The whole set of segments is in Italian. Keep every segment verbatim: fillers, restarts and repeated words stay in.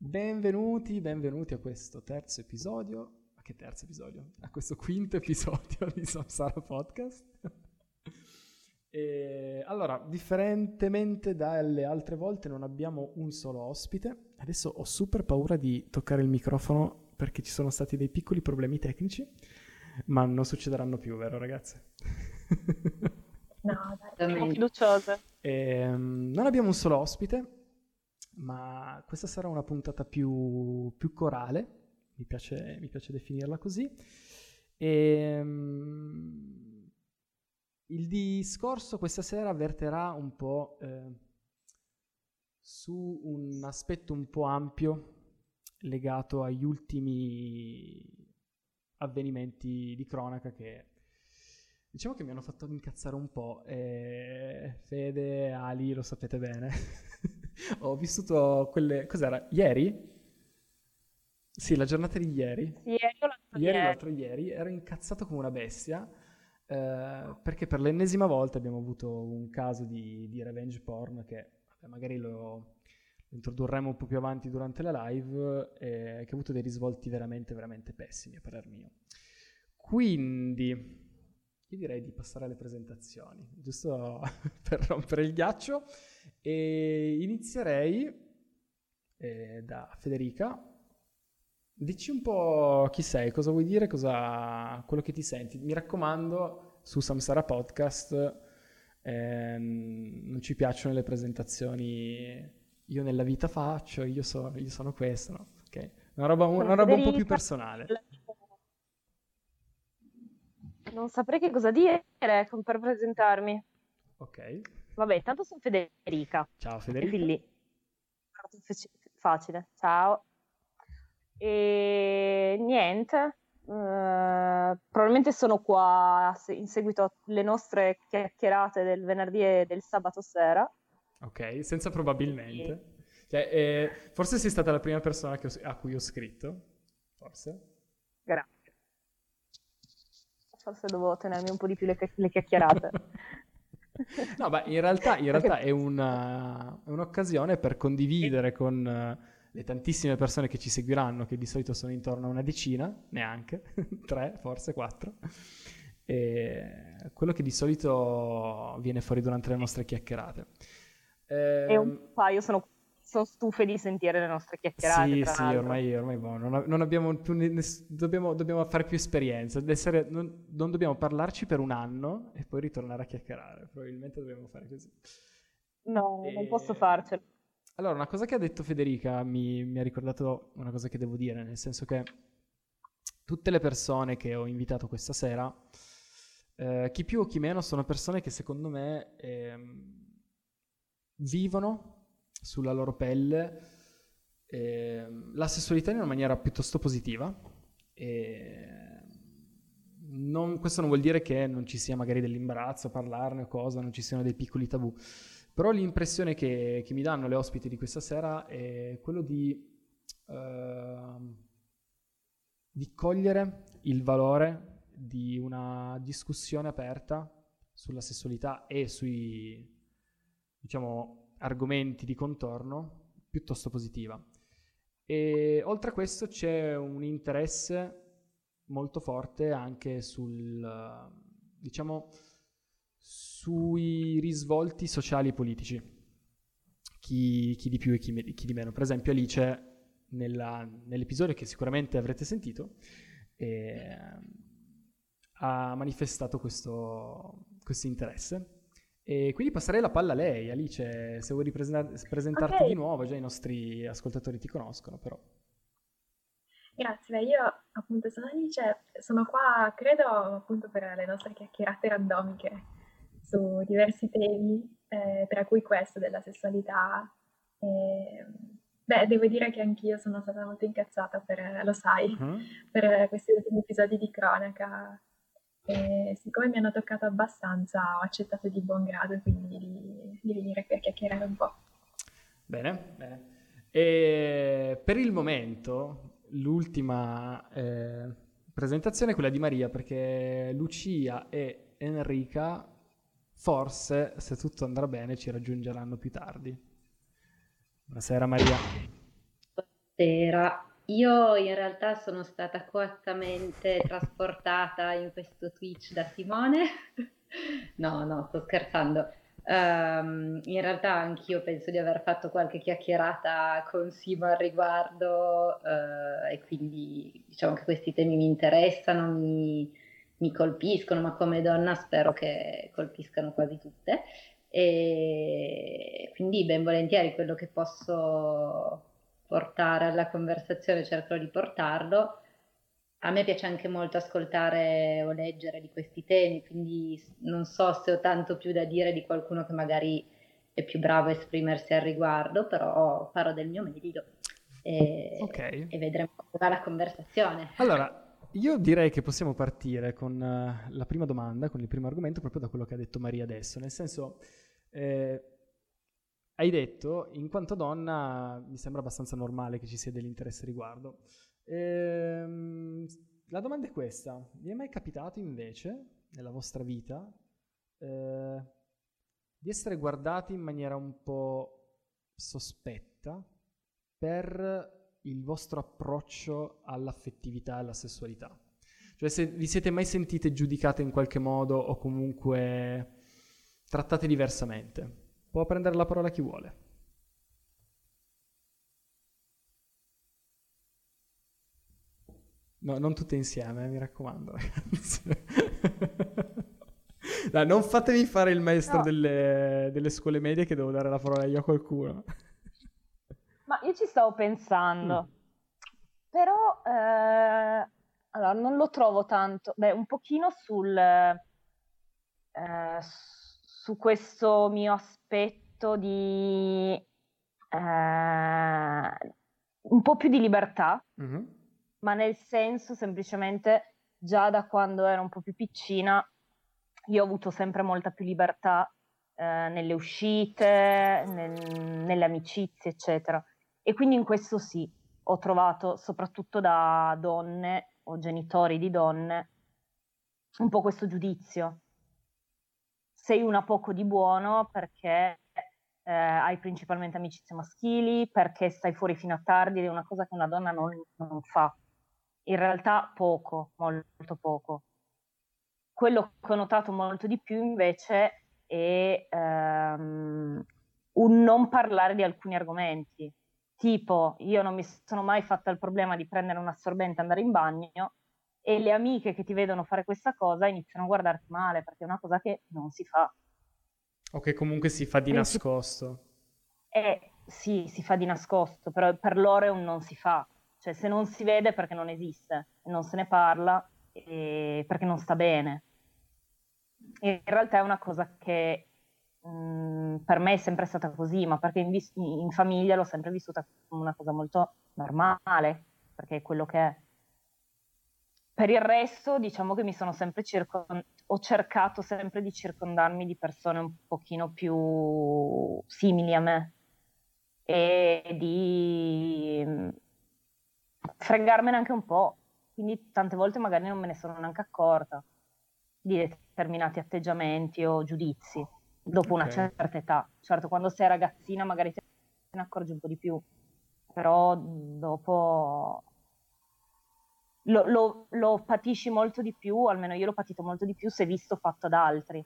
Benvenuti, benvenuti a questo terzo episodio. A che terzo episodio? A questo quinto episodio di Samsara Podcast. E, allora, differentemente dalle altre volte non abbiamo un solo ospite. Adesso ho super paura di toccare il microfono perché ci sono stati dei piccoli problemi tecnici, ma non succederanno più, vero ragazzi? No, dai, sono fiduciosa. E, non abbiamo un solo ospite, ma questa sarà una puntata più, più corale, mi piace, mi piace definirla così. E, um, il discorso questa sera verterà un po' eh, su un aspetto un po' ampio legato agli ultimi avvenimenti di cronaca che diciamo che mi hanno fatto incazzare un po'. E Fede, Ali, lo sapete bene. Ho vissuto quelle... Cos'era? Ieri? Sì, la giornata di ieri. Sì, ieri o l'altro Ieri, ieri. l'altro ieri. Ero incazzato come una bestia eh, perché per l'ennesima volta abbiamo avuto un caso di, di revenge porn che vabbè, magari lo, lo introdurremo un po' più avanti durante la live, eh, che ha avuto dei risvolti veramente, veramente pessimi a parer mio. Quindi... io direi di passare alle presentazioni, giusto per rompere il ghiaccio, e inizierei eh, da Federica. Dici un po' chi sei, cosa vuoi dire, cosa, quello che ti senti. Mi raccomando, su Samsara Podcast ehm, non ci piacciono le presentazioni io nella vita faccio, io, so, io sono questo, no? Okay. Una roba, una roba un po' più personale. Non saprei che cosa dire per presentarmi. Ok. Vabbè, tanto sono Federica. Ciao Federica. E fin lì. Facile. Ciao. E niente. Uh, probabilmente sono qua in seguito alle nostre chiacchierate del venerdì e del sabato sera. Ok, senza probabilmente. E... Cioè, eh, forse sei stata la prima persona che ho, a cui ho scritto. Forse. Grazie. Forse devo tenermi un po' di più le, le chiacchierate. No, beh, in realtà, in realtà è, una, è un'occasione per condividere con uh, le tantissime persone che ci seguiranno, che di solito sono intorno a una decina, neanche, tre, forse quattro, e quello che di solito viene fuori durante le nostre chiacchierate. E eh, un paio sono... sono stufe di sentire le nostre chiacchierate. Sì, tra sì, l'altro. ormai, ormai boh, non, non abbiamo più, ness- dobbiamo, dobbiamo fare più esperienza, essere, non, non dobbiamo parlarci per un anno e poi ritornare a chiacchierare, probabilmente dobbiamo fare così. No, e... non posso farcelo. Allora, una cosa che ha detto Federica mi, mi ha ricordato una cosa che devo dire, nel senso che tutte le persone che ho invitato questa sera, eh, chi più o chi meno, sono persone che secondo me eh, vivono sulla loro pelle eh, la sessualità in una maniera piuttosto positiva. E non, questo non vuol dire che non ci sia magari dell'imbarazzo a parlarne o cosa, non ci siano dei piccoli tabù, però l'impressione che, che mi danno le ospiti di questa sera è quello di uh, di cogliere il valore di una discussione aperta sulla sessualità e sui, diciamo, argomenti di contorno piuttosto positiva. E oltre a questo c'è un interesse molto forte anche sul, diciamo, sui risvolti sociali e politici, chi, chi di più e chi, chi di meno. Per esempio Alice, nella, nell'episodio che sicuramente avrete sentito, eh, ha manifestato questo, questo interesse. E quindi passerei la palla a lei, Alice, se vuoi ripresentar- presentarti Okay. di nuovo. Già i nostri ascoltatori ti conoscono, però. Grazie, io appunto sono Alice, sono qua credo appunto per le nostre chiacchierate randomiche su diversi temi, eh, tra cui questo della sessualità. E, beh, devo dire che anch'io sono stata molto incazzata per, lo sai, Uh-huh. per questi ultimi episodi di cronaca. E siccome mi hanno toccato abbastanza, ho accettato di buon grado quindi di, di venire qui a chiacchierare un po'. Bene, bene. E per il momento l'ultima eh, presentazione è quella di Maria, perché Lucia e Enrica forse, se tutto andrà bene, ci raggiungeranno più tardi. Buonasera Maria. Sera. Io in realtà sono stata coattamente trasportata in questo Twitch da Simone. No, no, sto scherzando. Ehm, in realtà anch'io penso di aver fatto qualche chiacchierata con Simo al riguardo, eh, e quindi diciamo che questi temi mi interessano, mi, mi colpiscono, ma come donna spero che colpiscano quasi tutte. E quindi ben volentieri quello che posso portare alla conversazione cercherò di portarlo. A me piace anche molto ascoltare o leggere di questi temi, quindi s- non so se ho tanto più da dire di qualcuno che magari è più bravo a esprimersi al riguardo, però farò del mio meglio e, Ok. e vedremo come va la conversazione. Allora, io direi che possiamo partire con eh, la prima domanda, con il primo argomento, proprio da quello che ha detto Maria adesso. Nel senso, eh, hai detto, in quanto donna, mi sembra abbastanza normale che ci sia dell'interesse a riguardo. Ehm, la domanda è questa: vi è mai capitato invece, nella vostra vita, eh, di essere guardati in maniera un po' sospetta per il vostro approccio all'affettività e alla sessualità? Cioè, se vi siete mai sentite giudicate in qualche modo o comunque trattate diversamente? Può prendere la parola chi vuole. No, non tutte insieme, eh, mi raccomando, ragazzi. Dai, non fatemi fare il maestro No, delle, delle scuole medie che devo dare la parola io a qualcuno. ma io ci stavo Mm. pensando, però eh, allora, non lo trovo tanto, beh, un pochino sul, eh, s- su questo mio aspetto di eh, un po' più di libertà, Mhm. ma nel senso semplicemente già da quando ero un po' più piccina io ho avuto sempre molta più libertà eh, nelle uscite, nel- nelle amicizie, eccetera. E quindi in questo sì, ho trovato soprattutto da donne o genitori di donne un po' questo giudizio. Sei una poco di buono perché eh, hai principalmente amicizie maschili, perché stai fuori fino a tardi ed è una cosa che una donna non, non fa. In realtà poco, molto poco. Quello che ho notato molto di più invece è ehm, un non parlare di alcuni argomenti. Tipo, io non mi sono mai fatta il problema di prendere un assorbente e andare in bagno e le amiche che ti vedono fare questa cosa iniziano a guardarti male perché è una cosa che non si fa. O che comunque si fa di Princip- nascosto. eh, sì, si fa di nascosto, però per loro è un non si fa. Cioè, se non si vede è perché non esiste, non se ne parla eh, perché non sta bene. In realtà è una cosa che mh, per me è sempre stata così, ma perché in, vis- in famiglia l'ho sempre vissuta come una cosa molto normale, perché è quello che è. Per il resto, diciamo che mi sono sempre circon- ho cercato sempre di circondarmi di persone un pochino più simili a me e di mh, fregarmene anche un po'. Quindi tante volte magari non me ne sono neanche accorta di determinati atteggiamenti o giudizi dopo Ok. una certa età. Certo, quando sei ragazzina magari te ne accorgi un po' di più, però dopo lo, lo- lo patisci molto di più, almeno io l'ho patito molto di più se visto fatto da altri.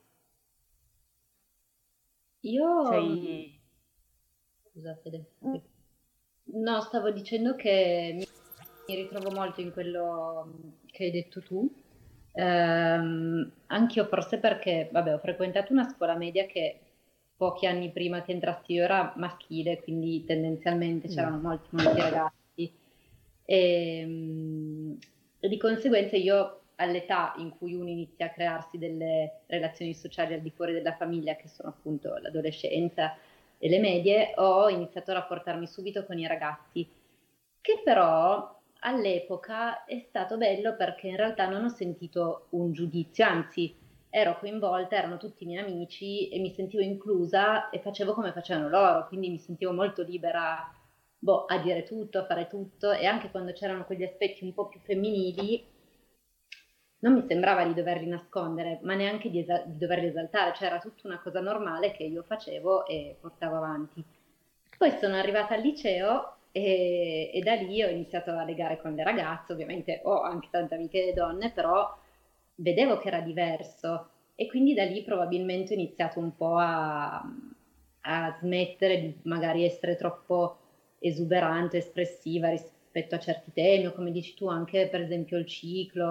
Io, mm, Sei... scusa Fede, Mm, sì. No, stavo dicendo che mi mi ritrovo molto in quello mm, che hai detto tu. Ehm, anch'io forse perché, vabbè, ho frequentato una scuola media che pochi anni prima che entrassi io era maschile, quindi tendenzialmente Mm. c'erano molti, molti ragazzi. E, mm, e di conseguenza io all'età in cui uno inizia a crearsi delle relazioni sociali al di fuori della famiglia, che sono appunto l'adolescenza e le medie, ho iniziato a rapportarmi subito con i ragazzi, che però all'epoca è stato bello perché in realtà non ho sentito un giudizio, anzi ero coinvolta, erano tutti i miei amici e mi sentivo inclusa e facevo come facevano loro, quindi mi sentivo molto libera, boh, a dire tutto, a fare tutto e anche quando c'erano quegli aspetti un po' più femminili non mi sembrava di doverli nascondere, ma neanche di, esa- di doverli esaltare, cioè era tutta una cosa normale che io facevo e portavo avanti. Poi sono arrivata al liceo E, e da lì ho iniziato a legare con le ragazze, ovviamente ho anche tante amiche donne, però vedevo che era diverso e quindi da lì probabilmente ho iniziato un po' a, a smettere di magari essere troppo esuberante, espressiva rispetto a certi temi, o come dici tu anche per esempio il ciclo,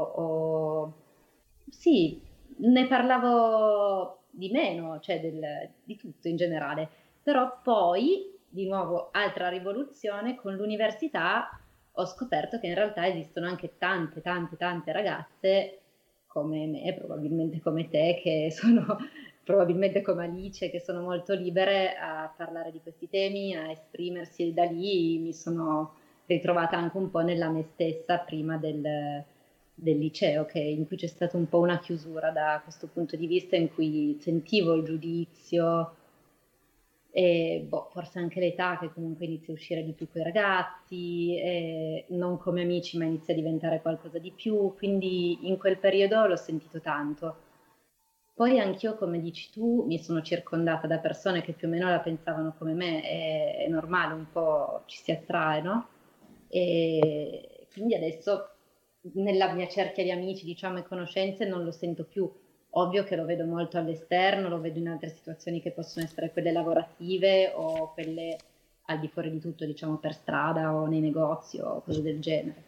o sì, ne parlavo di meno, cioè del- di tutto in generale, però poi di nuovo altra rivoluzione con l'università ho scoperto che in realtà esistono anche tante, tante, tante ragazze come me, probabilmente come te, che sono probabilmente come Alice, che sono molto libere a parlare di questi temi, a esprimersi e da lì mi sono ritrovata anche un po' nella me stessa prima del, del liceo, che, in cui c'è stata un po' una chiusura da questo punto di vista, in cui sentivo il giudizio e boh, forse anche l'età che comunque inizia a uscire di più con i ragazzi, e non come amici ma inizia a diventare qualcosa di più, quindi in quel periodo l'ho sentito tanto. Poi anch'io, come dici tu, mi sono circondata da persone che più o meno la pensavano come me, è, è normale, un po' ci si attrae, no? E quindi adesso nella mia cerchia di amici, diciamo, e conoscenze non lo sento più. Ovvio che lo vedo molto all'esterno, lo vedo in altre situazioni che possono essere quelle lavorative o quelle al di fuori di tutto, diciamo, per strada o nei negozi o cose del genere.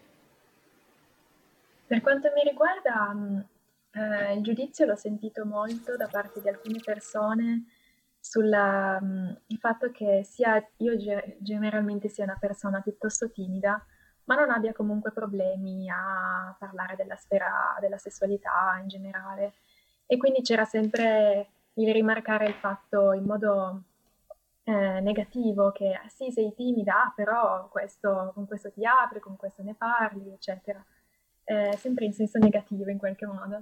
Per quanto mi riguarda, mh, eh, il giudizio l'ho sentito molto da parte di alcune persone sul fatto che sia io ge- generalmente sia una persona piuttosto timida, ma non abbia comunque problemi a parlare della sfera della sessualità in generale. E quindi c'era sempre il rimarcare il fatto in modo eh, negativo che "Ah, sì, sei timida, ah, però questo, con questo ti apri, con questo ne parli, eccetera. Eh, sempre in senso negativo in qualche modo.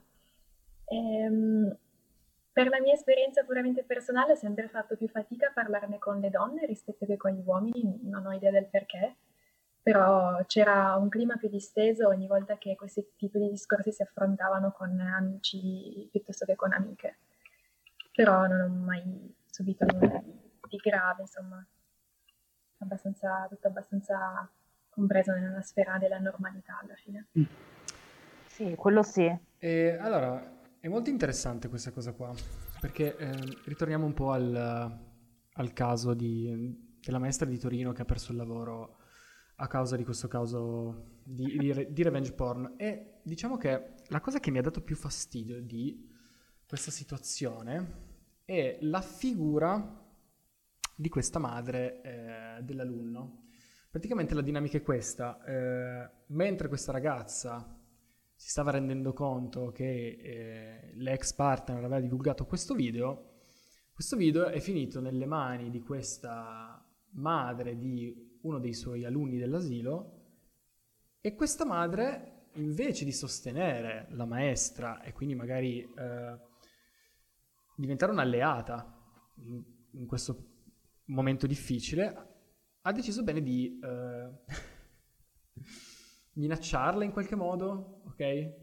Ehm, per la mia esperienza puramente personale ho sempre fatto più fatica a parlarne con le donne rispetto che con gli uomini, non ho idea del perché, però c'era un clima più disteso ogni volta che questi tipi di discorsi si affrontavano con amici piuttosto che con amiche. Però non ho mai subito nulla di, di grave, insomma, abbastanza, tutto abbastanza compreso nella sfera della normalità alla fine. Sì, quello sì. E allora, è molto interessante questa cosa qua, perché ehm, ritorniamo un po' al, al caso di- della maestra di Torino che ha perso il lavoro a causa di questo caso di, di re- di revenge porn. E diciamo che la cosa che mi ha dato più fastidio di questa situazione è la figura di questa madre eh, dell'alunno. Praticamente la dinamica è questa: eh, mentre questa ragazza si stava rendendo conto che eh, l'ex partner aveva divulgato questo video, questo video è finito nelle mani di questa madre di uno dei suoi alunni dell'asilo, e questa madre, invece di sostenere la maestra e quindi magari eh, diventare un'alleata in, in questo momento difficile, ha deciso bene di eh, minacciarla in qualche modo, ok?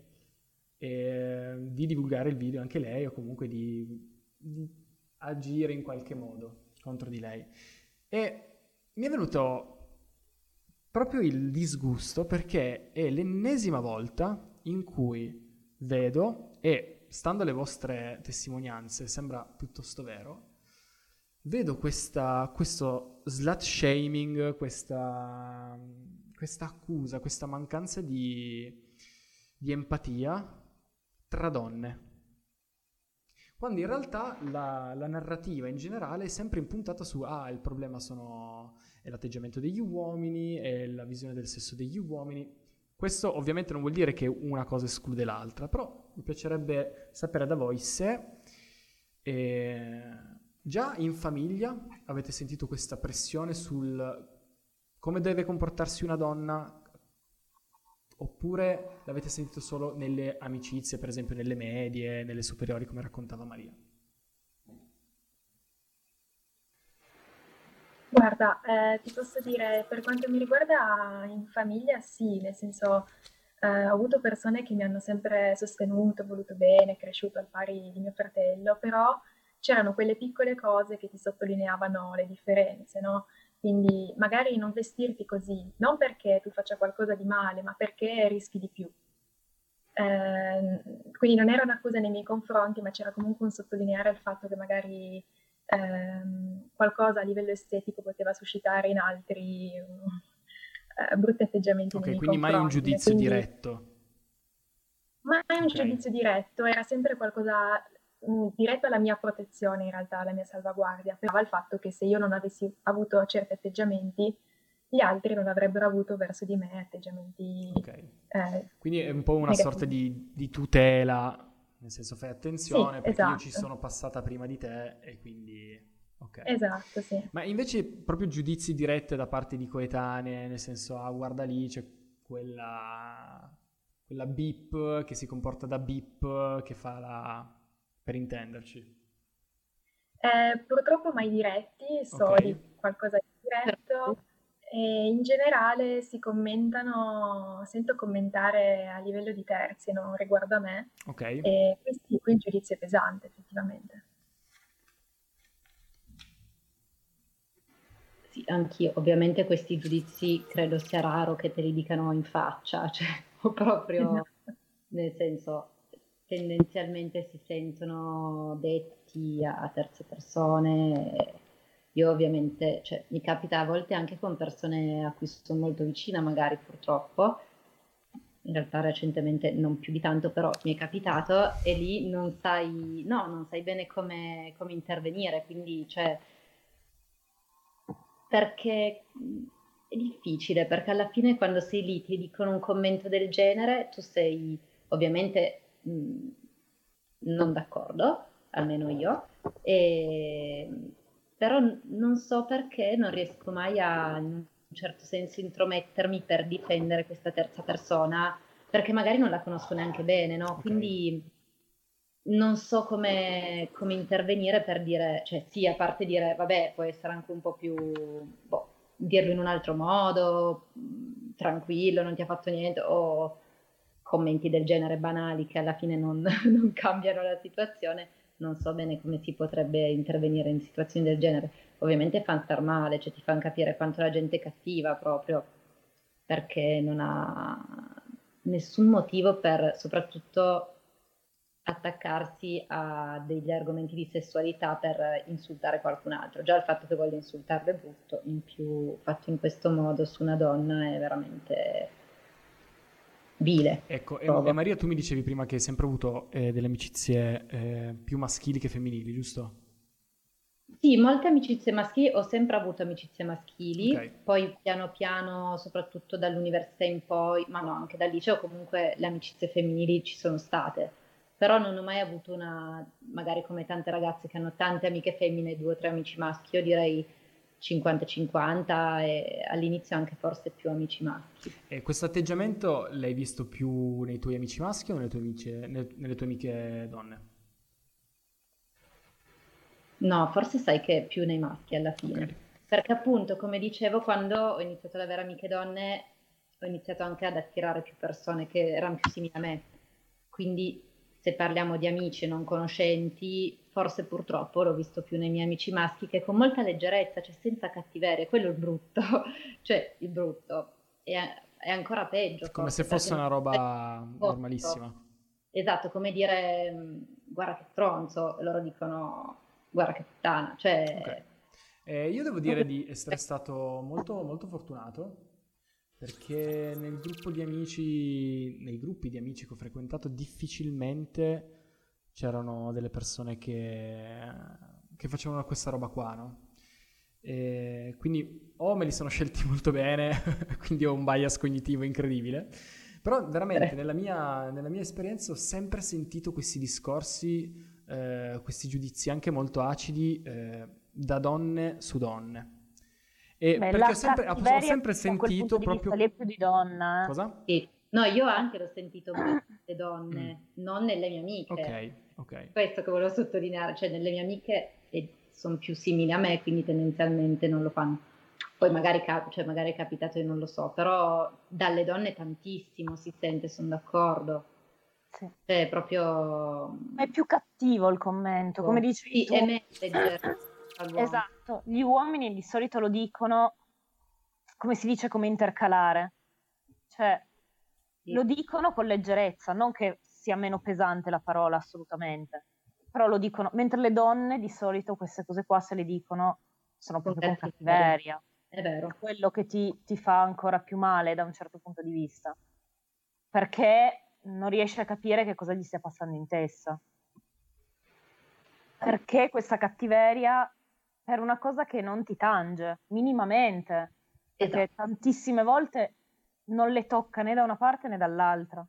E di divulgare il video anche lei, o comunque di, di agire in qualche modo contro di lei. E mi è venuto proprio il disgusto perché è l'ennesima volta in cui vedo, e stando alle vostre testimonianze sembra piuttosto vero, vedo questa, questo slut shaming, questa, questa accusa, questa mancanza di, di empatia tra donne. Quando in realtà la, la narrativa in generale è sempre impuntata su ah, il problema sono, è l'atteggiamento degli uomini, è la visione del sesso degli uomini. Questo ovviamente non vuol dire che una cosa esclude l'altra, però mi piacerebbe sapere da voi se eh, già in famiglia avete sentito questa pressione sul come deve comportarsi una donna, oppure l'avete sentito solo nelle amicizie, per esempio nelle medie, nelle superiori, come raccontava Maria? Guarda, eh, ti posso dire, per quanto mi riguarda, in famiglia sì, nel senso, eh, ho avuto persone che mi hanno sempre sostenuto, voluto bene, cresciuto al pari di mio fratello, però c'erano quelle piccole cose che ti sottolineavano le differenze, no? Quindi magari non vestirti così, non perché tu faccia qualcosa di male, ma perché rischi di più. Eh, quindi non era un'accusa nei miei confronti, ma c'era comunque un sottolineare il fatto che magari ehm, qualcosa a livello estetico poteva suscitare in altri uh, brutti atteggiamenti Ok, nei miei quindi mai un confronti. giudizio Quindi diretto. mai un Ok. giudizio diretto, era sempre qualcosa mh, diretto alla mia protezione, in realtà, alla mia salvaguardia. Però il fatto che se io non avessi avuto certi atteggiamenti, gli altri non avrebbero avuto verso di me atteggiamenti Ok. eh, Quindi è un po' una negativi. sorta di, di tutela, nel senso fai Sì, attenzione perché io ci esatto, sono passata prima di te e quindi... Ok. esatto, sì. Ma invece proprio giudizi diretti da parte di coetanee, nel senso, ah guarda lì c'è quella, quella bip che si comporta da bip che fa la... per intenderci. Eh, purtroppo mai diretti, so Ok, di qualcosa di diretto e in generale si commentano, sento commentare a livello di terzi, non riguardo a me, ok. e questi, qui il giudizio è pesante effettivamente. Sì, anch'io. Ovviamente questi giudizi credo sia raro che te li dicano in faccia, cioè, o proprio Esatto. nel senso, tendenzialmente si sentono detti a terze persone. Io ovviamente, cioè, mi capita a volte anche con persone a cui sono molto vicina, magari purtroppo, in realtà recentemente non più di tanto, però mi è capitato e lì non sai, no, non sai bene come, come intervenire, quindi cioè, perché mh, è difficile, perché alla fine quando sei lì ti dicono un commento del genere, tu sei ovviamente mh, non d'accordo, almeno io, e, però n- non so perché non riesco mai a, in un certo senso, intromettermi per difendere questa terza persona, perché magari non la conosco neanche bene, no? Ok. Quindi non so come, come intervenire per dire, cioè sì, a parte dire, vabbè, può essere anche un po' più, boh, dirlo in un altro modo, mh, tranquillo, non ti ha fatto niente, o commenti del genere banali che alla fine non, non cambiano la situazione, non so bene come si potrebbe intervenire in situazioni del genere. Ovviamente fanno star male, cioè ti fanno capire quanto la gente è cattiva proprio, perché non ha nessun motivo per, soprattutto attaccarsi a degli argomenti di sessualità per insultare qualcun altro. Già il fatto che voglia insultarlo è brutto, in più fatto in questo modo su una donna è veramente vile, Ecco, e, e trovo. Maria, tu mi dicevi prima che hai sempre avuto eh, delle amicizie eh, più maschili che femminili, giusto? Sì, molte amicizie maschili, ho sempre avuto amicizie Ok, maschili, poi piano piano, soprattutto dall'università in poi, ma no, anche dal liceo comunque le amicizie femminili ci sono state, però non ho mai avuto una, magari come tante ragazze che hanno tante amiche femmine e due o tre amici maschi, io direi cinquanta cinquanta e all'inizio anche forse più amici maschi. e questo atteggiamento l'hai visto più nei tuoi amici maschi o nelle tue amiche, ne- nelle tue amiche donne? No, forse sai che è più nei maschi alla Ok, fine. Perché appunto, come dicevo, quando ho iniziato ad avere amiche donne, ho iniziato anche ad attirare più persone che erano più simili a me. Quindi, se parliamo di amici e non conoscenti, forse purtroppo l'ho visto più nei miei amici maschi che con molta leggerezza, cioè senza cattiveria, quello è il brutto, cioè il brutto. E è ancora peggio come se forse, perché fosse non una è roba opposto. normalissima. Esatto, come dire, mh, guarda che stronzo, e loro dicono, guarda che puttana, Ok. cioè... Eh, io devo dire di essere stato molto, molto fortunato perché nel gruppo di amici, nei gruppi di amici che ho frequentato difficilmente c'erano delle persone che, che facevano questa roba qua, no? E quindi o me li sono scelti molto bene, quindi ho un bias cognitivo incredibile, però veramente nella mia, nella mia esperienza ho sempre sentito questi discorsi, eh, questi giudizi anche molto acidi eh, da donne su donne. E Beh, perché ho la sempre, ho cattiveria sempre da quel punto sentito di vista lì proprio... è più di donna, eh. Cosa? Sì. No, io anche l'ho sentito molto nelle Mm. donne, non nelle mie amiche. Ok, ok. Questo che volevo sottolineare, cioè nelle mie amiche e sono più simili a me, quindi tendenzialmente non lo fanno. Poi magari, cap- cioè magari è capitato e non lo so, però dalle donne tantissimo si sente, sono d'accordo. Sì. Cioè è proprio... È più cattivo il commento, come dicevi Sì, tu. è messager all'uomo. Esatto, Esatto, gli uomini di solito lo dicono, come si dice, come intercalare, cioè Sì. lo dicono con leggerezza, non che sia meno pesante la parola assolutamente, però lo dicono, mentre le donne di solito queste cose qua se le dicono sono Con proprio con cattiveria. cattiveria, È vero. è quello che ti, ti fa ancora più male da un certo punto di vista, perché non riesci a capire che cosa gli stia passando in testa. Perché questa cattiveria per una cosa che non ti tange minimamente, perché Esatto. tantissime volte non le tocca né da una parte né dall'altra.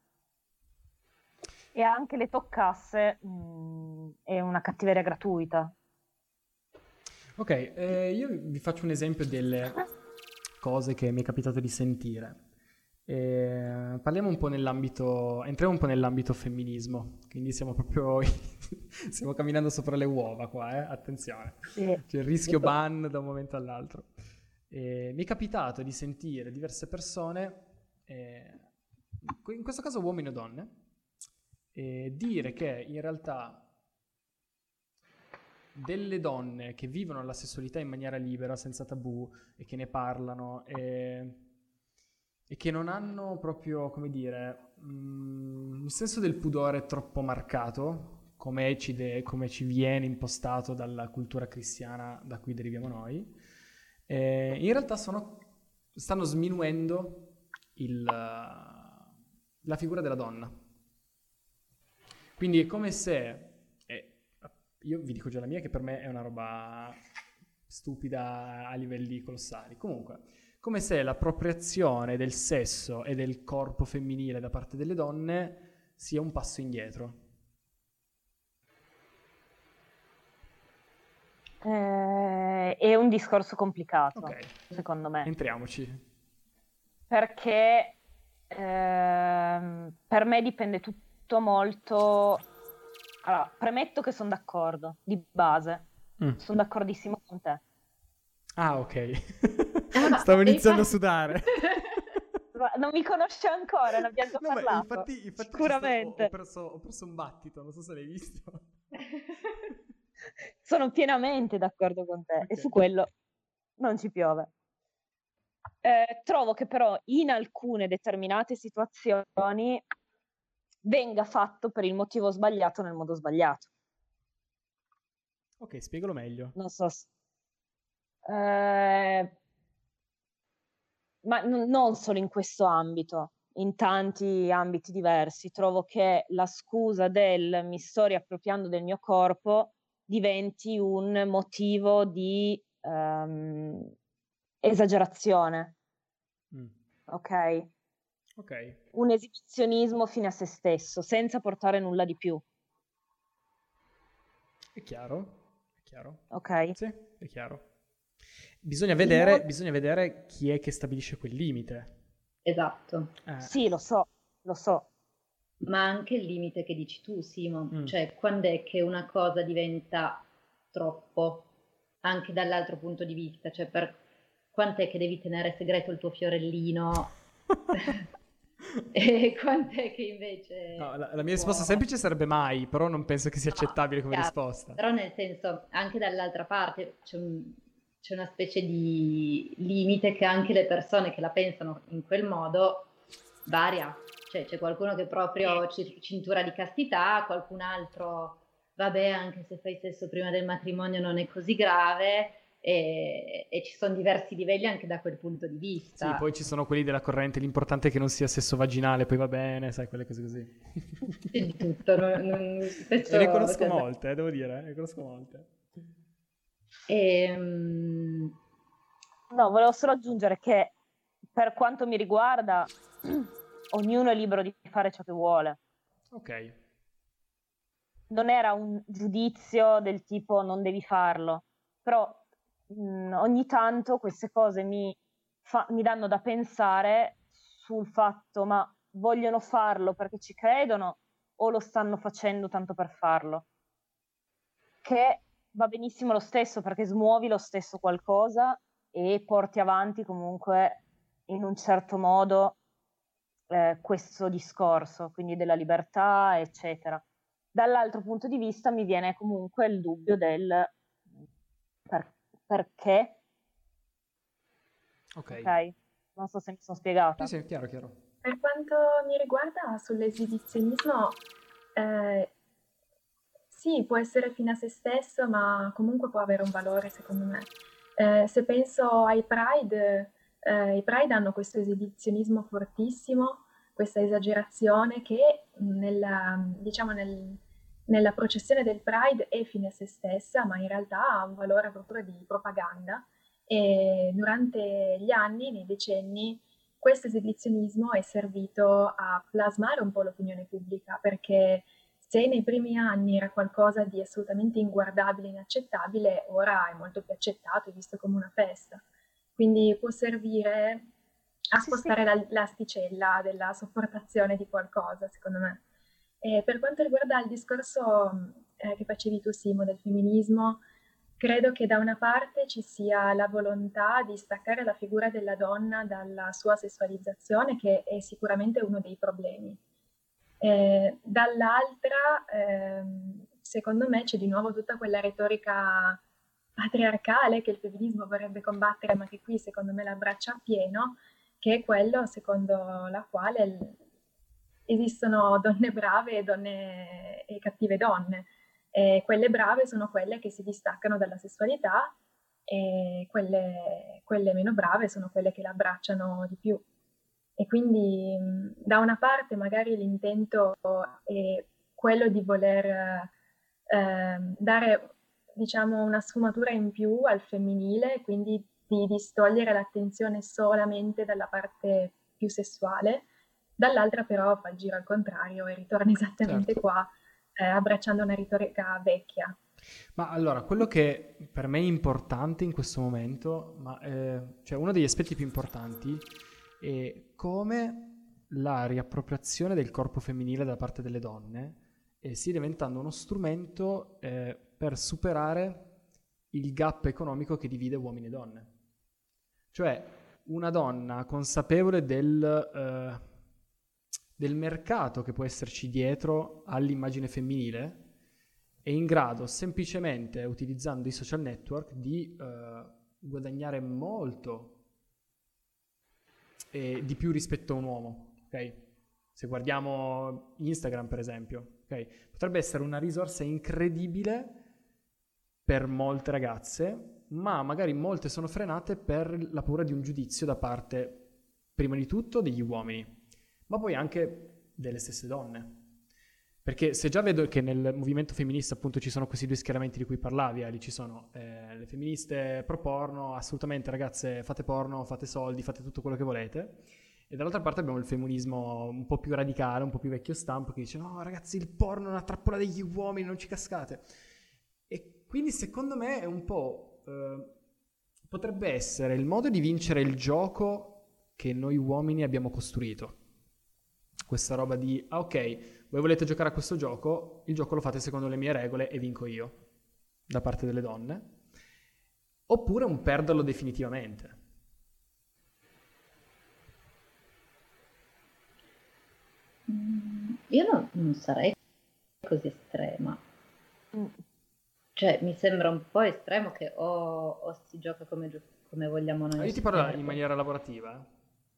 E anche le toccasse mh, è una cattiveria gratuita. Ok, eh, io vi faccio un esempio delle cose che mi è capitato di sentire. Eh, parliamo un po' nell'ambito, entriamo un po' nell'ambito femminismo, quindi siamo proprio, stiamo camminando sopra le uova qua, eh? Attenzione, Sì. c'è il rischio ban da un momento all'altro. Eh, mi è capitato di sentire diverse persone, eh, in questo caso uomini o donne, eh, dire che in realtà delle donne che vivono la sessualità in maniera libera, senza tabù, e che ne parlano, e, e che non hanno proprio, come dire, mh, un senso del pudore troppo marcato, come ci, de- come ci viene impostato dalla cultura cristiana da cui deriviamo noi, eh, in realtà sono, stanno sminuendo il, la figura della donna. Quindi è come se... Io vi dico già la mia, che per me è una roba stupida a livelli colossali. Comunque, come se l'appropriazione del sesso e del corpo femminile da parte delle donne sia un passo indietro. Eh, è un discorso complicato, Ok, secondo me. entriamoci. Perché ehm, per me dipende tutto molto... Allora, premetto che sono d'accordo, di base. Mm. Sono d'accordissimo con te. Ah, ok. Ah, Stavo iniziando infatti... a sudare. Non mi conosce ancora, ne abbiamo già No, ma parlato. infatti, infatti Sicuramente. Ho, perso, ho perso un battito, non so se l'hai visto. Sono pienamente d'accordo con te, Okay. e su quello non ci piove. Eh, trovo che però in alcune determinate situazioni venga fatto per il motivo sbagliato nel modo sbagliato. Ok, spiegalo meglio. Non so se... Eh, ma n- non solo in questo ambito, in tanti ambiti diversi. Trovo che la scusa del mi sto riappropriando del mio corpo diventi un motivo di ehm, esagerazione, Mm. ok? Ok, Un esibizionismo fine a se stesso, senza portare nulla di più, è chiaro? È chiaro? ok? Sì, è chiaro. Bisogna vedere, bisogna vedere chi è che stabilisce quel limite. Esatto. Eh. Sì, lo so, lo so. Ma anche il limite che dici tu, Simo, Mm. cioè quando è che una cosa diventa troppo, anche dall'altro punto di vista, cioè per quant'è che devi tenere segreto il tuo fiorellino e quant'è che invece... No, la, la mia può- risposta semplice sarebbe mai, però non penso che sia No, accettabile come chiaro. risposta. Però nel senso, anche dall'altra parte c'è, un- c'è una specie di limite che anche le persone che la pensano in quel modo varia. Cioè c'è qualcuno che proprio ci- cintura di castità, qualcun altro, vabbè, anche se fai sesso prima del matrimonio non è così grave, e, e ci sono diversi livelli anche da quel punto di vista. Sì, poi ci sono quelli della corrente, l'importante è che non sia sesso vaginale, poi va bene, sai, quelle cose così. C'è di tutto. non- non- questo- E ne conosco cioè, molte, eh, devo dire, eh, ne conosco molte. Ehm, No, volevo solo aggiungere che per quanto mi riguarda, ognuno è libero di fare ciò che vuole. Ok, Non era un giudizio del tipo non devi farlo, però mh, ogni tanto queste cose mi, fa- mi danno da pensare sul fatto, ma vogliono farlo perché ci credono o lo stanno facendo tanto per farlo? Che va benissimo lo stesso, perché smuovi lo stesso qualcosa e porti avanti comunque in un certo modo eh, questo discorso, quindi della libertà, eccetera. Dall'altro punto di vista mi viene comunque il dubbio del per- perché. Ok. Ok, non so se mi sono spiegata. Sì, sì, chiaro, chiaro. Per quanto mi riguarda, sull'esibizionismo, eh, sì, può essere fine a se stesso, ma comunque può avere un valore, secondo me. Eh, se penso ai Pride, eh, i Pride hanno questo esibizionismo fortissimo, questa esagerazione che nella, diciamo nel- nella processione del Pride è fine a se stessa, ma in realtà ha un valore proprio di propaganda. E durante gli anni, nei decenni, questo esibizionismo è servito a plasmare un po' l'opinione pubblica, perché se nei primi anni era qualcosa di assolutamente inguardabile, inaccettabile, ora è molto più accettato e visto come una festa. Quindi può servire a Sì, sì. spostare la- l'asticella della sopportazione di qualcosa, secondo me. E per quanto riguarda il discorso eh, che facevi tu, Simo, del femminismo, credo che da una parte ci sia la volontà di staccare la figura della donna dalla sua sessualizzazione, che è sicuramente uno dei problemi. Eh, dall'altra, ehm, secondo me, c'è di nuovo tutta quella retorica patriarcale che il femminismo vorrebbe combattere, ma che qui secondo me la abbraccia appieno, che è quello secondo la quale l- esistono donne brave e donne e cattive donne. E quelle brave sono quelle che si distaccano dalla sessualità e quelle, quelle meno brave sono quelle che la abbracciano di più. E quindi mh, da una parte magari l'intento è quello di voler eh, dare, diciamo, una sfumatura in più al femminile, quindi di distogliere l'attenzione solamente dalla parte più sessuale, dall'altra però fa il giro al contrario e ritorna esattamente Certo. qua, eh, abbracciando una retorica vecchia. Ma allora, quello che per me è importante in questo momento, ma eh, cioè uno degli aspetti più importanti è come la riappropriazione del corpo femminile da parte delle donne eh, stia diventando uno strumento eh, per superare il gap economico che divide uomini e donne. Cioè, una donna consapevole del, eh, del mercato che può esserci dietro all'immagine femminile è in grado semplicemente, utilizzando i social network, di eh, guadagnare molto e di più rispetto a un uomo, ok? Se guardiamo Instagram, per esempio, ok? Potrebbe essere una risorsa incredibile per molte ragazze, ma magari molte sono frenate per la paura di un giudizio da parte, prima di tutto, degli uomini, ma poi anche delle stesse donne. Perché se già vedo che nel movimento femminista appunto ci sono questi due schieramenti di cui parlavi, Ali, ci sono eh, le femministe pro porno, assolutamente ragazze fate porno, fate soldi, fate tutto quello che volete, e dall'altra parte abbiamo il femminismo un po' più radicale, un po' più vecchio stampo, che dice no ragazzi il porno è una trappola degli uomini, non ci cascate. E quindi secondo me è un po'... Eh, potrebbe essere il modo di vincere il gioco che noi uomini abbiamo costruito. Questa roba di, ah ok, voi volete giocare a questo gioco, il gioco lo fate secondo le mie regole e vinco io, da parte delle donne. Oppure un perderlo definitivamente. Mm, Io non, non sarei così estrema. Mm. Cioè, mi sembra un po' estremo che o, o si gioca come, gio- come vogliamo noi. Ma o io ti si parlo perde. in maniera lavorativa. eh.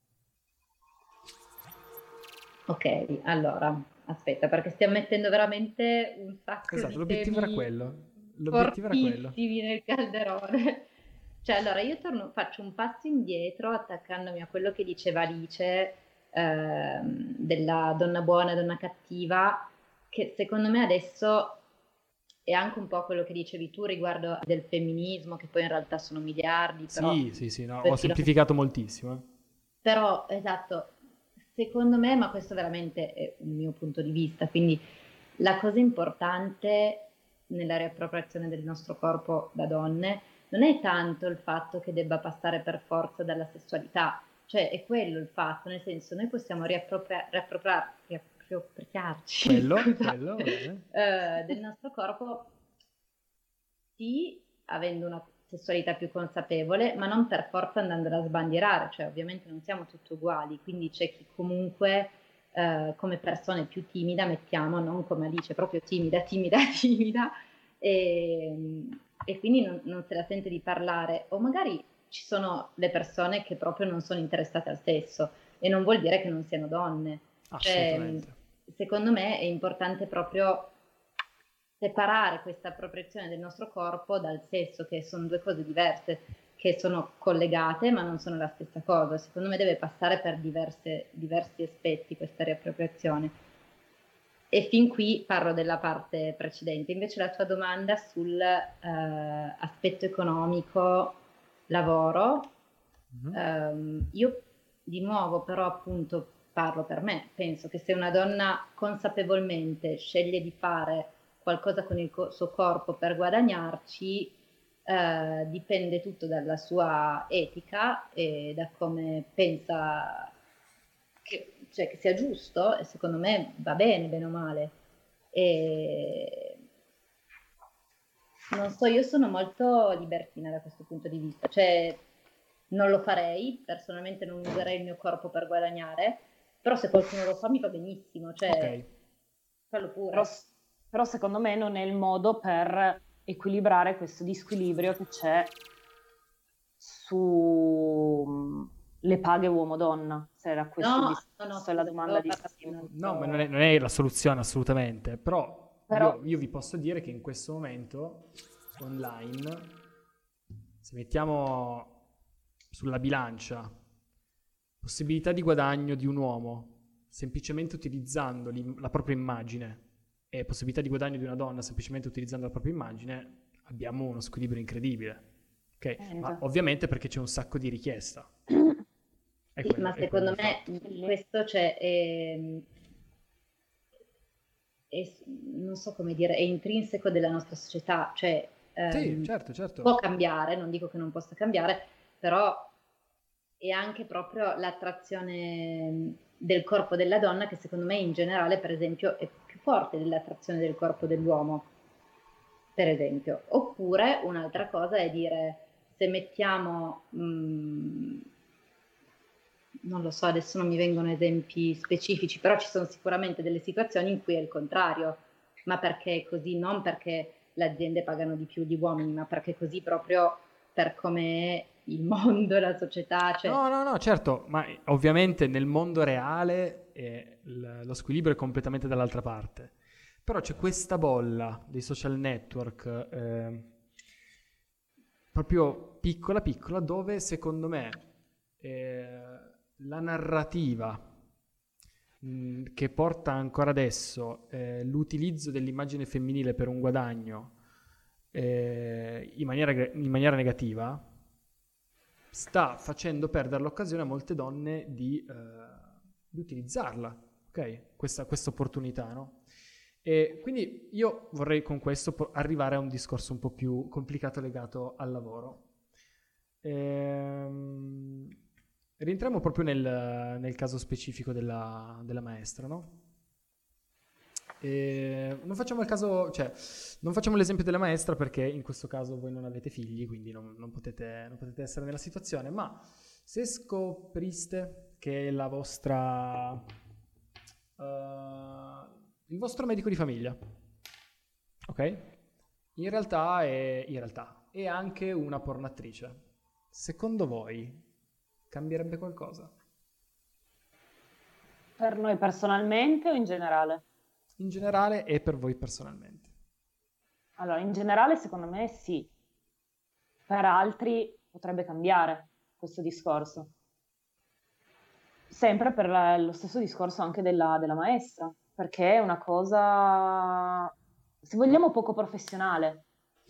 Ok, allora, aspetta, perché stiamo mettendo veramente un sacco Esatto, di l'obiettivo era temi quello. L'obiettivo era quello. fortissimi nel calderone. Cioè, allora, io torno, faccio un passo indietro attaccandomi a quello che diceva Alice, ehm, della donna buona e donna cattiva, che secondo me adesso è anche un po' quello che dicevi tu riguardo del femminismo, che poi in realtà sono miliardi, però... Sì, sì, sì, no, per ho chi lo- semplificato moltissimo. eh. Però, esatto, secondo me, ma questo veramente è un mio punto di vista, quindi la cosa importante nella riappropriazione del nostro corpo da donne non è tanto il fatto che debba passare per forza dalla sessualità, cioè è quello il fatto, nel senso noi possiamo riappropria- riappropria- riappropriarci Quello, scusa, quello, va bene. eh, del nostro corpo, sì, avendo una sessualità più consapevole, ma non per forza andandola a sbandierare, cioè ovviamente non siamo tutti uguali, quindi c'è chi comunque eh, come persone più timida, mettiamo, non come Alice, proprio timida, timida, timida, e, e quindi non, non se la sente di parlare, o magari ci sono le persone che proprio non sono interessate al sesso, e non vuol dire che non siano donne. Cioè, secondo me è importante proprio separare questa appropriazione del nostro corpo dal sesso, che sono due cose diverse, che sono collegate ma non sono la stessa cosa. Secondo me deve passare per diverse, diversi aspetti questa riappropriazione. E fin qui parlo della parte precedente. Invece la tua domanda sul eh, aspetto economico, lavoro, mm-hmm. ehm, io di nuovo però appunto parlo per me. Penso che se una donna consapevolmente sceglie di fare qualcosa con il co- suo corpo per guadagnarci, eh, dipende tutto dalla sua etica e da come pensa che, cioè, che sia giusto, e secondo me va bene, bene o male. E non so, io sono molto libertina da questo punto di vista, cioè non lo farei, personalmente non userei il mio corpo per guadagnare, però se qualcuno lo fa mi va benissimo, cioè okay. Fallo pure. Però, però secondo me non è il modo per equilibrare questo disquilibrio che c'è sulle paghe uomo-donna, se era questo No, il discorso, no, no, è la domanda di Simo. No, ma non è, non è la soluzione assolutamente, però, però... Io, io vi posso dire che in questo momento online, se mettiamo sulla bilancia possibilità di guadagno di un uomo semplicemente utilizzando la propria immagine e possibilità di guadagno di una donna semplicemente utilizzando la propria immagine, abbiamo uno squilibrio incredibile. Okay? Eh, ma ovviamente perché c'è un sacco di richiesta. Sì, quello, ma secondo me fatto. questo c'è, è, è, non so come dire, è intrinseco della nostra società, cioè sì, ehm, certo, certo. può cambiare, non dico che non possa cambiare, però è anche proprio l'attrazione del corpo della donna che secondo me in generale, per esempio, è più forte dell'attrazione del corpo dell'uomo, per esempio. Oppure un'altra cosa è dire, se mettiamo, mh, non lo so, adesso non mi vengono esempi specifici, però ci sono sicuramente delle situazioni in cui è il contrario, ma perché è così, non perché le aziende pagano di più di uomini, ma perché così proprio per come è il mondo, la società. Cioè... No, no, no, certo, ma ovviamente nel mondo reale eh, lo squilibrio è completamente dall'altra parte. Però c'è questa bolla dei social network eh, proprio piccola piccola dove secondo me eh, la narrativa mh, che porta ancora adesso eh, l'utilizzo dell'immagine femminile per un guadagno eh, in maniera, in maniera negativa sta facendo perdere l'occasione a molte donne di, eh, di utilizzarla, ok? Questa, questa opportunità, no? E quindi io vorrei con questo arrivare a un discorso un po' più complicato legato al lavoro. Ehm, rientriamo proprio nel, nel caso specifico della, della maestra, no? E non facciamo il caso, cioè, non facciamo l'esempio della maestra perché in questo caso voi non avete figli, quindi non, non, potete, non potete essere nella situazione, ma se scopriste che la vostra uh, il vostro medico di famiglia, ok? In realtà è in realtà è anche una pornoattrice, secondo voi cambierebbe qualcosa? Per noi personalmente o in generale? In generale e per voi personalmente? Allora, in generale secondo me sì. Per altri potrebbe cambiare questo discorso. Sempre per la, lo stesso discorso anche della, della maestra, perché è una cosa, se vogliamo, poco professionale.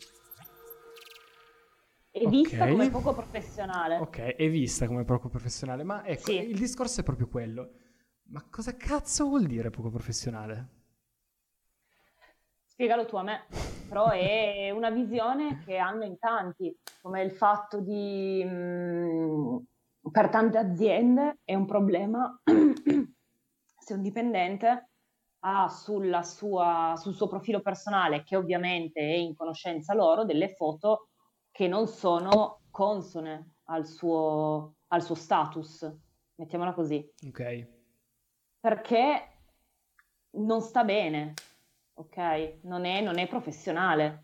È okay. vista come poco professionale. Ok, è vista come poco professionale, ma ecco, sì. Il discorso è proprio quello. Ma cosa cazzo vuol dire poco professionale? Spiegalo tu a me, però è una visione che hanno in tanti, come il fatto di, mh, per tante aziende è un problema se un dipendente ha sulla sua, sul suo profilo personale, che ovviamente è in conoscenza loro, delle foto che non sono consone al suo, al suo status, mettiamola così. Ok. Perché non sta bene. Ok, non è, non è professionale.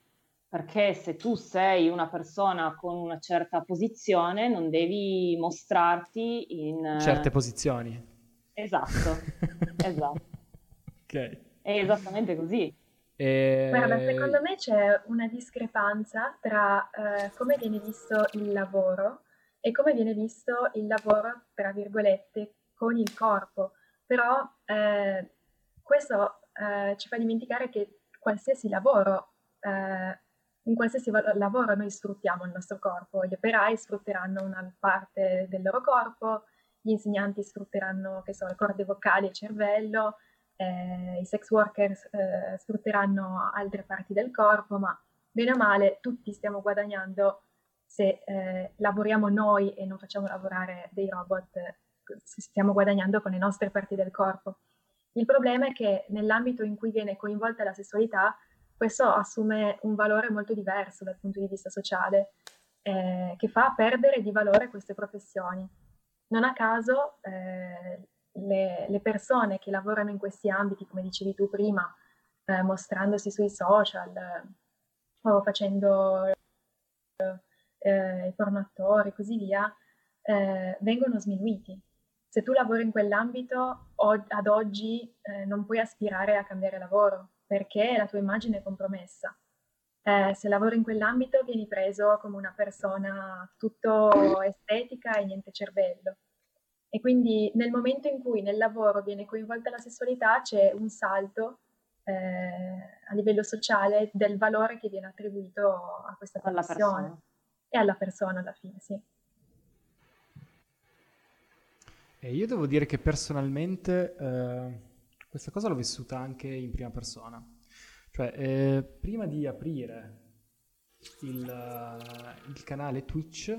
perché se tu sei una persona con una certa posizione non devi mostrarti in... Certe posizioni. Esatto, esatto. Ok. È esattamente così. E... Guarda, secondo me c'è una discrepanza tra eh, come viene visto il lavoro e come viene visto il lavoro, tra virgolette, con il corpo. Però eh, questo eh, ci fa dimenticare che qualsiasi lavoro, eh, in qualsiasi va- lavoro noi sfruttiamo il nostro corpo. Gli operai sfrutteranno una parte del loro corpo, gli insegnanti sfrutteranno, che so, le corde vocali e il cervello, eh, i sex workers eh, sfrutteranno altre parti del corpo, ma bene o male tutti stiamo guadagnando se eh, lavoriamo noi e non facciamo lavorare dei robot, eh, stiamo guadagnando con le nostre parti del corpo. Il problema è che nell'ambito in cui viene coinvolta la sessualità, questo assume un valore molto diverso dal punto di vista sociale, eh, che fa perdere di valore queste professioni. Non a caso eh, le, le persone che lavorano in questi ambiti, come dicevi tu prima, eh, mostrandosi sui social eh, o facendo eh, i pornoattori e così via, eh, vengono sminuiti. Se tu lavori in quell'ambito, o, ad oggi eh, non puoi aspirare a cambiare lavoro perché la tua immagine è compromessa. Eh, se lavori in quell'ambito vieni preso come una persona tutto estetica e niente cervello. E quindi nel momento in cui nel lavoro viene coinvolta la sessualità c'è un salto eh, a livello sociale del valore che viene attribuito a questa Alla professione persona. e alla persona alla fine, sì. E io devo dire che personalmente eh, questa cosa l'ho vissuta anche in prima persona. Cioè, eh, prima di aprire il, uh, il canale Twitch,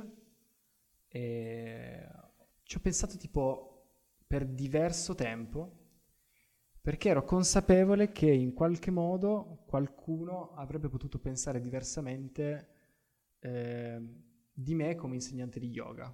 eh, ci ho pensato tipo per diverso tempo, perché ero consapevole che in qualche modo qualcuno avrebbe potuto pensare diversamente eh, di me come insegnante di yoga.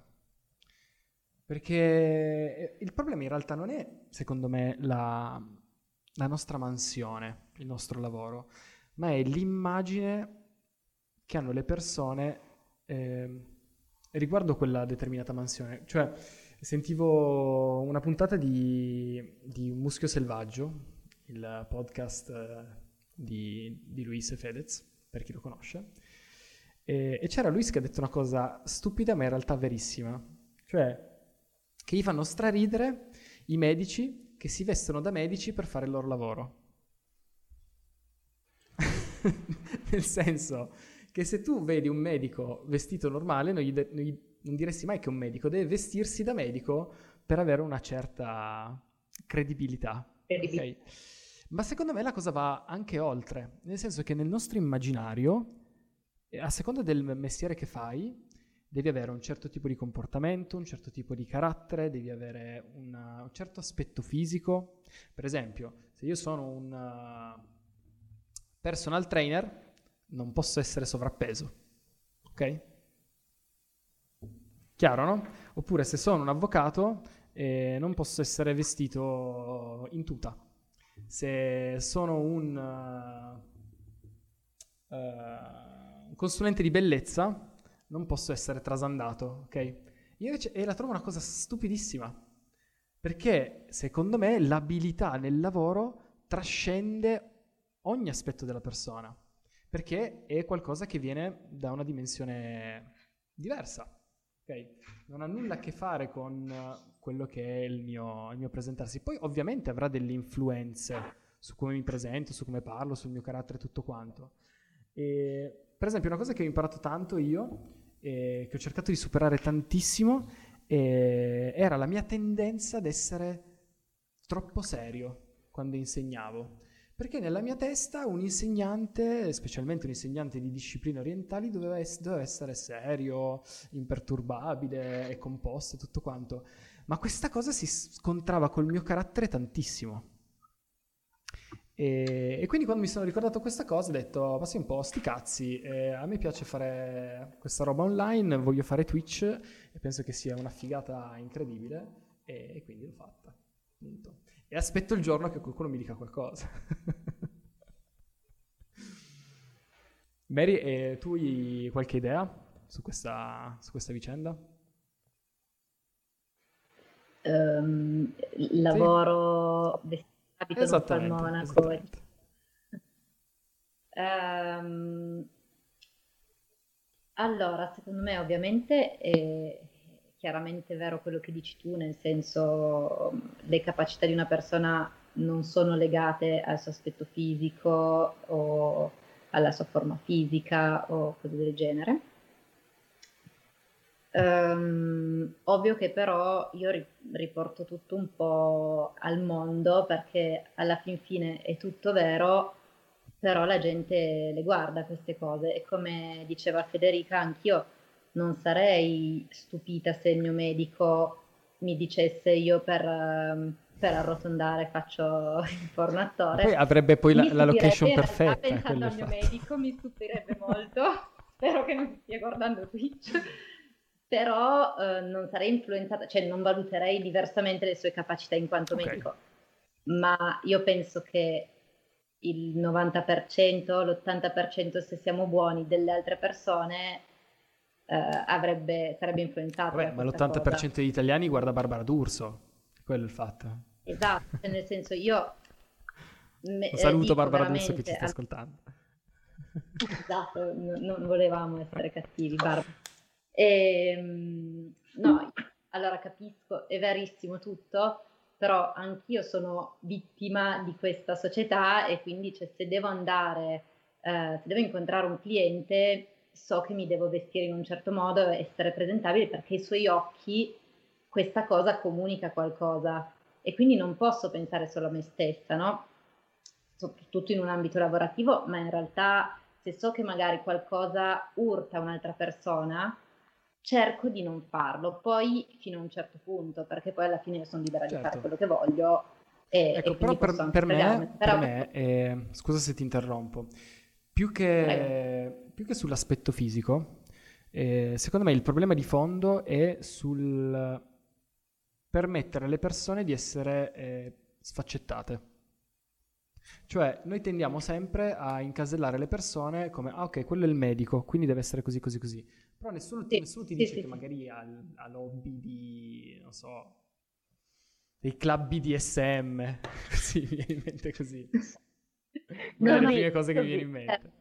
Perché il problema in realtà non è, secondo me, la, la nostra mansione, il nostro lavoro, ma è l'immagine che hanno le persone eh, riguardo quella determinata mansione. Cioè, sentivo una puntata di, di Muschio Selvaggio, il podcast eh, di, di Luis e Fedez, per chi lo conosce, e, e c'era Luis che ha detto una cosa stupida ma in realtà verissima, cioè che gli fanno straridere i medici che si vestono da medici per fare il loro lavoro. Nel senso che se tu vedi un medico vestito normale, non, gli de- non, gli- non diresti mai che è un medico, deve vestirsi da medico per avere una certa credibilità. Credibilità. Okay? Ma secondo me la cosa va anche oltre, nel senso che nel nostro immaginario, a seconda del mestiere che fai, devi avere un certo tipo di comportamento, un certo tipo di carattere, devi avere una, un certo aspetto fisico. Per esempio, se io sono un uh, personal trainer, non posso essere sovrappeso, ok? Chiaro, no? Oppure se sono un avvocato, eh, non posso essere vestito in tuta. Se sono un, uh, uh, un consulente di bellezza, non posso essere trasandato, ok? Io invece, e la trovo una cosa stupidissima, perché secondo me l'abilità nel lavoro trascende ogni aspetto della persona, perché è qualcosa che viene da una dimensione diversa, ok? Non ha nulla a che fare con quello che è il mio, il mio presentarsi. Poi ovviamente avrà delle influenze su come mi presento, su come parlo, sul mio carattere, tutto quanto. E per esempio una cosa che ho imparato tanto io, eh, che ho cercato di superare tantissimo, eh, era la mia tendenza ad essere troppo serio quando insegnavo. Perché nella mia testa un insegnante, specialmente un insegnante di discipline orientali, doveva, ess- doveva essere serio, imperturbabile e composto e tutto quanto. Ma questa cosa si scontrava col mio carattere tantissimo. E, e quindi quando mi sono ricordato questa cosa ho detto, passi un po', sti cazzi, eh, a me piace fare questa roba online, voglio fare Twitch e penso che sia una figata incredibile e, e quindi l'ho fatta. Punto. E aspetto il giorno che qualcuno mi dica qualcosa. Mary, eh, tu hai qualche idea su questa, su questa vicenda? Um, Sì, lavoro, abito non so al esattamente, Monaco. esattamente. Ehm, allora, secondo me ovviamente è chiaramente vero quello che dici tu, nel senso le capacità di una persona non sono legate al suo aspetto fisico o alla sua forma fisica o cose del genere. Ehm, ovvio che però io ri- riporto tutto un po' al mondo perché alla fin fine è tutto vero, però la gente le guarda queste cose e come diceva Federica, anch'io non sarei stupita se il mio medico mi dicesse io per, ehm, per arrotondare faccio il porno Ma poi attore. avrebbe poi Mi la, la location stupirebbe, in realtà perfetta, è pensando quello il al mio fatto. medico mi stupirebbe molto, spero che non stia guardando Twitch, però eh, non sarei influenzata, cioè non valuterei diversamente le sue capacità in quanto Ok, medico, ma io penso che il novanta per cento, l'ottanta per cento se siamo buoni delle altre persone eh, avrebbe, sarebbe influenzato vabbè, da ma questa cosa. l'ottanta per cento degli italiani guarda Barbara D'Urso, quello è il fatto. Esatto, cioè nel senso io me- Un eh, saluto dico Barbara D'Urso che ci veramente, sta al- ascoltando. esatto, n- non volevamo essere cattivi, Barbara. Ehm, no, allora capisco, è verissimo tutto, però anch'io sono vittima di questa società e quindi cioè, se devo andare, eh, se devo incontrare un cliente, so che mi devo vestire in un certo modo e essere presentabile perché ai suoi occhi questa cosa comunica qualcosa e quindi non posso pensare solo a me stessa, no? Soprattutto in un ambito lavorativo, ma in realtà se so che magari qualcosa urta un'altra persona, cerco di non farlo, poi fino a un certo punto, perché poi alla fine io sono libera di fare Certo. quello che voglio e, Ecco, e però quindi posso per, anche per fregarmene. me, per Però, me eh, scusa se ti interrompo, più prego. che, più che sull'aspetto fisico, eh, secondo me il problema di fondo è sul permettere alle persone di essere eh, sfaccettate. Cioè, noi tendiamo sempre a incasellare le persone come, ah ok, quello è il medico, quindi deve essere così, così, così. Però nessuno, Sì, nessuno ti sì, dice sì, che sì. magari ha, l- ha l'hobby di, non so, dei club B D S M. Sì, mi viene in mente così. Una No, delle no, prime cose che mi viene così. in eh, mente.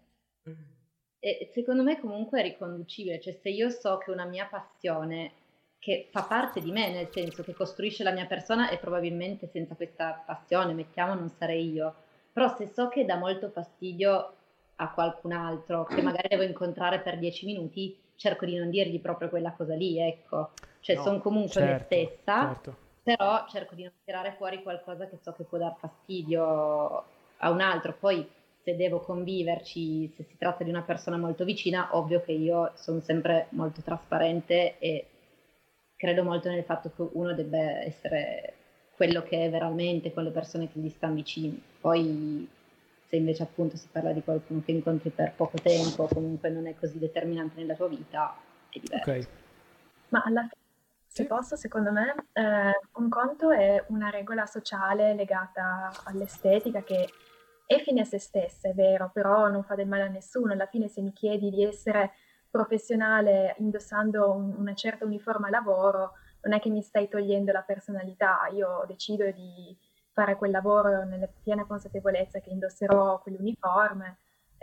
E secondo me comunque è riconducibile, cioè se io so che una mia passione, che fa parte di me, nel senso che costruisce la mia persona e probabilmente senza questa passione, mettiamo, non sarei io, però se so che dà molto fastidio a qualcun altro, che magari devo incontrare per dieci minuti, cerco di non dirgli proprio quella cosa lì, ecco, cioè sono No, comunque me certo, stessa, certo. però cerco di non tirare fuori qualcosa che so che può dar fastidio a un altro, poi se devo conviverci, se si tratta di una persona molto vicina, ovvio che io sono sempre molto trasparente e credo molto nel fatto che uno debba essere quello che è veramente con le persone che gli stanno vicini. Poi se invece appunto si parla di qualcuno che incontri per poco tempo o comunque non è così determinante nella tua vita, è Ok, diverso. Ma alla fine, se sì, posso, secondo me, eh, un conto è una regola sociale legata all'estetica che è fine a se stessa, è vero, però non fa del male a nessuno. Alla fine, se mi chiedi di essere professionale indossando un- una certa uniforme a lavoro, non è che mi stai togliendo la personalità. Io decido di fare quel lavoro nella piena consapevolezza che indosserò quell'uniforme,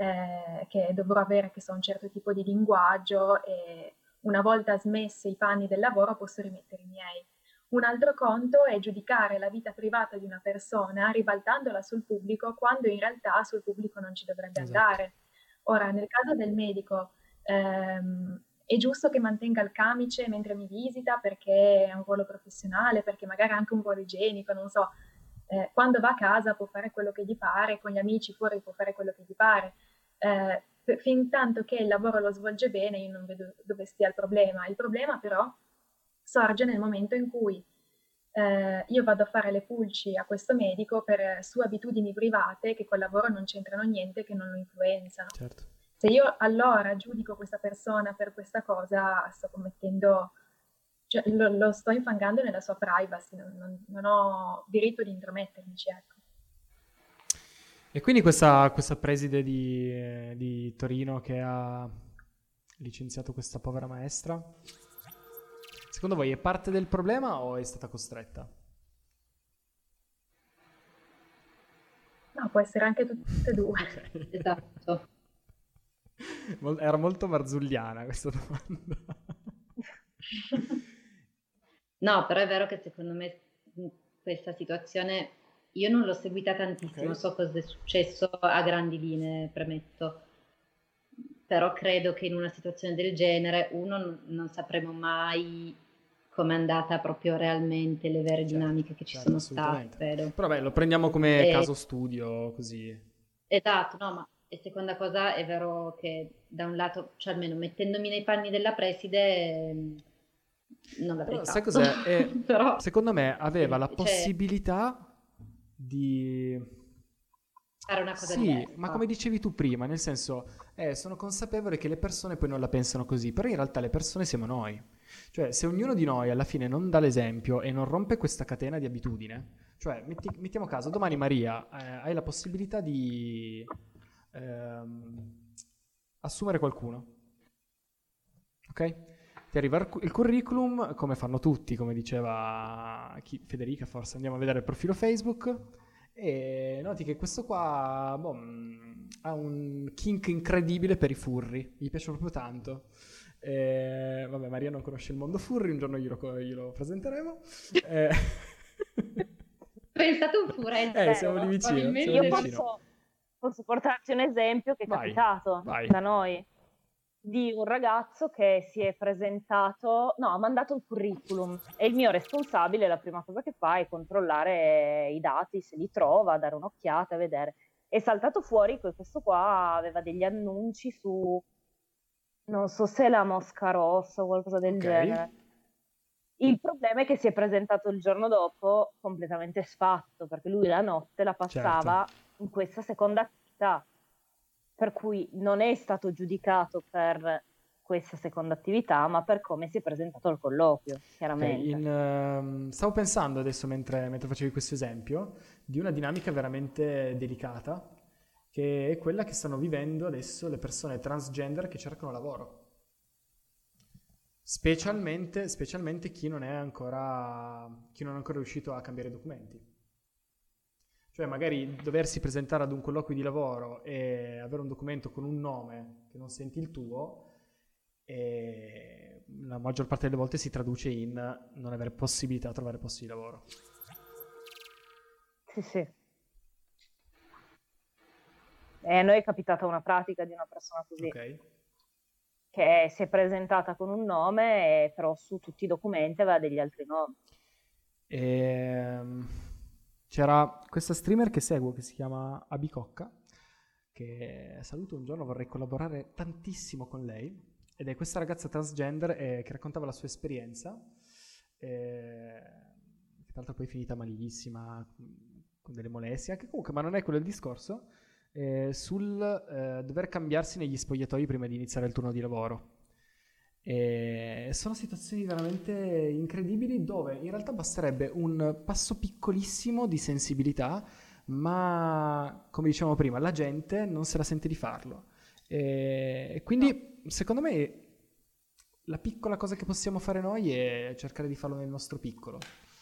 eh, che dovrò avere, che so, un certo tipo di linguaggio e una volta smessi i panni del lavoro posso rimettere i miei. Un altro conto è giudicare la vita privata di una persona ribaltandola sul pubblico quando in realtà sul pubblico non ci dovrebbe esatto. andare. Ora, nel caso del medico, ehm, è giusto che mantenga il camice mentre mi visita perché è un ruolo professionale, perché magari è anche un ruolo igienico, non so. Eh, quando va a casa può fare quello che gli pare, con gli amici fuori può fare quello che gli pare. Eh, fin tanto che il lavoro lo svolge bene, io non vedo dove stia il problema. Il problema però sorge nel momento in cui eh, io vado a fare le pulci a questo medico per sue abitudini private che col lavoro non c'entrano niente, che non lo influenzano. Certo. Se io allora giudico questa persona per questa cosa, sto commettendo, cioè lo, lo sto infangando nella sua privacy, non, non- non ho diritto di intromettermici, ecco. E quindi questa, questa preside di, di Torino che ha licenziato questa povera maestra, secondo voi è parte del problema o è stata costretta? No, può essere anche tutte e due. Ok. Esatto. Mol- Era molto marzulliana questa domanda. No, però è vero che secondo me in questa situazione io non l'ho seguita tantissimo, Ok. so cosa è successo a grandi linee, premetto, però credo che in una situazione del genere uno non, non sapremo mai com'è andata proprio realmente le vere Certo, dinamiche che ci certo, sono state, assolutamente. credo. Però beh, lo prendiamo come E- caso studio, così. esatto, no, ma e seconda cosa è vero che da un lato, cioè almeno mettendomi nei panni della preside, ehm, non l'avrei Però sai fatto, cos'è? È- però secondo me aveva la cioè, possibilità di... fare una cosa Sì, diversa. ma come dicevi tu prima, nel senso, eh, sono consapevole che le persone poi non la pensano così, però in realtà le persone siamo noi. Cioè, se ognuno di noi alla fine non dà l'esempio e non rompe questa catena di abitudine, cioè, metti- mettiamo caso, domani Maria, eh, hai la possibilità di ehm, assumere qualcuno, ok? Ti arriva il cu- il curriculum, come fanno tutti, come diceva chi- Federica, forse andiamo a vedere il profilo Facebook, e noti che questo qua boh, mh, ha un kink incredibile per i furri, gli piace proprio tanto. Eh, vabbè, Maria non conosce il mondo furry, un giorno glielo, co- glielo presenteremo. Eh, Pensate un furetto, eh, siamo lì vicino, siamo probabilmente Io lì no. vicino. posso, posso portarti un esempio che è Vai, capitato vai. da noi, di un ragazzo che si è presentato, no, ha mandato il curriculum e il mio responsabile la prima cosa che fa è controllare i dati, se li trova, dare un'occhiata, vedere. È saltato fuori che questo qua aveva degli annunci su, non so se la Mosca Rossa o qualcosa del Ok, genere. Il problema è che si è presentato il giorno dopo completamente sfatto, perché lui la notte la passava certo. in questa seconda attività, per cui non è stato giudicato per questa seconda attività, ma per come si è presentato al colloquio, Ok, chiaramente. in, ehm, stavo pensando adesso mentre, mentre facevi questo esempio di una dinamica veramente delicata, che è quella che stanno vivendo adesso le persone transgender che cercano lavoro. Specialmente, specialmente chi non è ancora, chi non è ancora riuscito a cambiare i documenti. Cioè magari doversi presentare ad un colloquio di lavoro e avere un documento con un nome che non senti il tuo, e la maggior parte delle volte si traduce in non avere possibilità di trovare posti di lavoro. Sì, sì. E a noi è capitata una pratica di una persona così, Ok? che si è presentata con un nome, e però su tutti i documenti aveva degli altri nomi. Ehm, c'era questa streamer che seguo che si chiama Abicocca, che saluto, un giorno vorrei collaborare tantissimo con lei, ed è questa ragazza transgender eh, che raccontava la sua esperienza, eh, che tra l'altro poi è finita malissima, con delle molestie, anche comunque, ma non è quello il discorso, eh, sul eh, dover cambiarsi negli spogliatoi prima di iniziare il turno di lavoro. E sono situazioni veramente incredibili dove in realtà basterebbe un passo piccolissimo di sensibilità, ma come dicevamo prima, la gente non se la sente di farlo. E quindi secondo me la piccola cosa che possiamo fare noi è cercare di farlo nel nostro piccolo.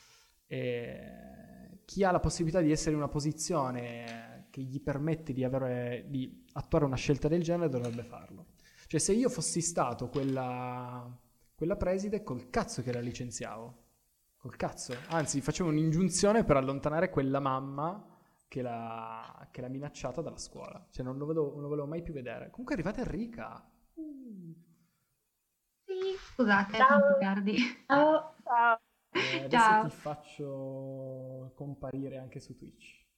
E chi ha la possibilità di essere in una posizione che gli permette di, avere, di attuare una scelta del genere dovrebbe farlo. Cioè se io fossi stato quella, quella preside, col cazzo che la licenziavo. Col cazzo. Anzi, facevo un'ingiunzione per allontanare quella mamma che l'ha, che l'ha minacciata dalla scuola. Cioè non lo, vedo, non lo volevo mai più vedere. Comunque è arrivata Enrica. Uh. Sì, scusate, Ciao. sono tardi. Ciao. Ah, E adesso Ciao. ti faccio comparire anche su Twitch.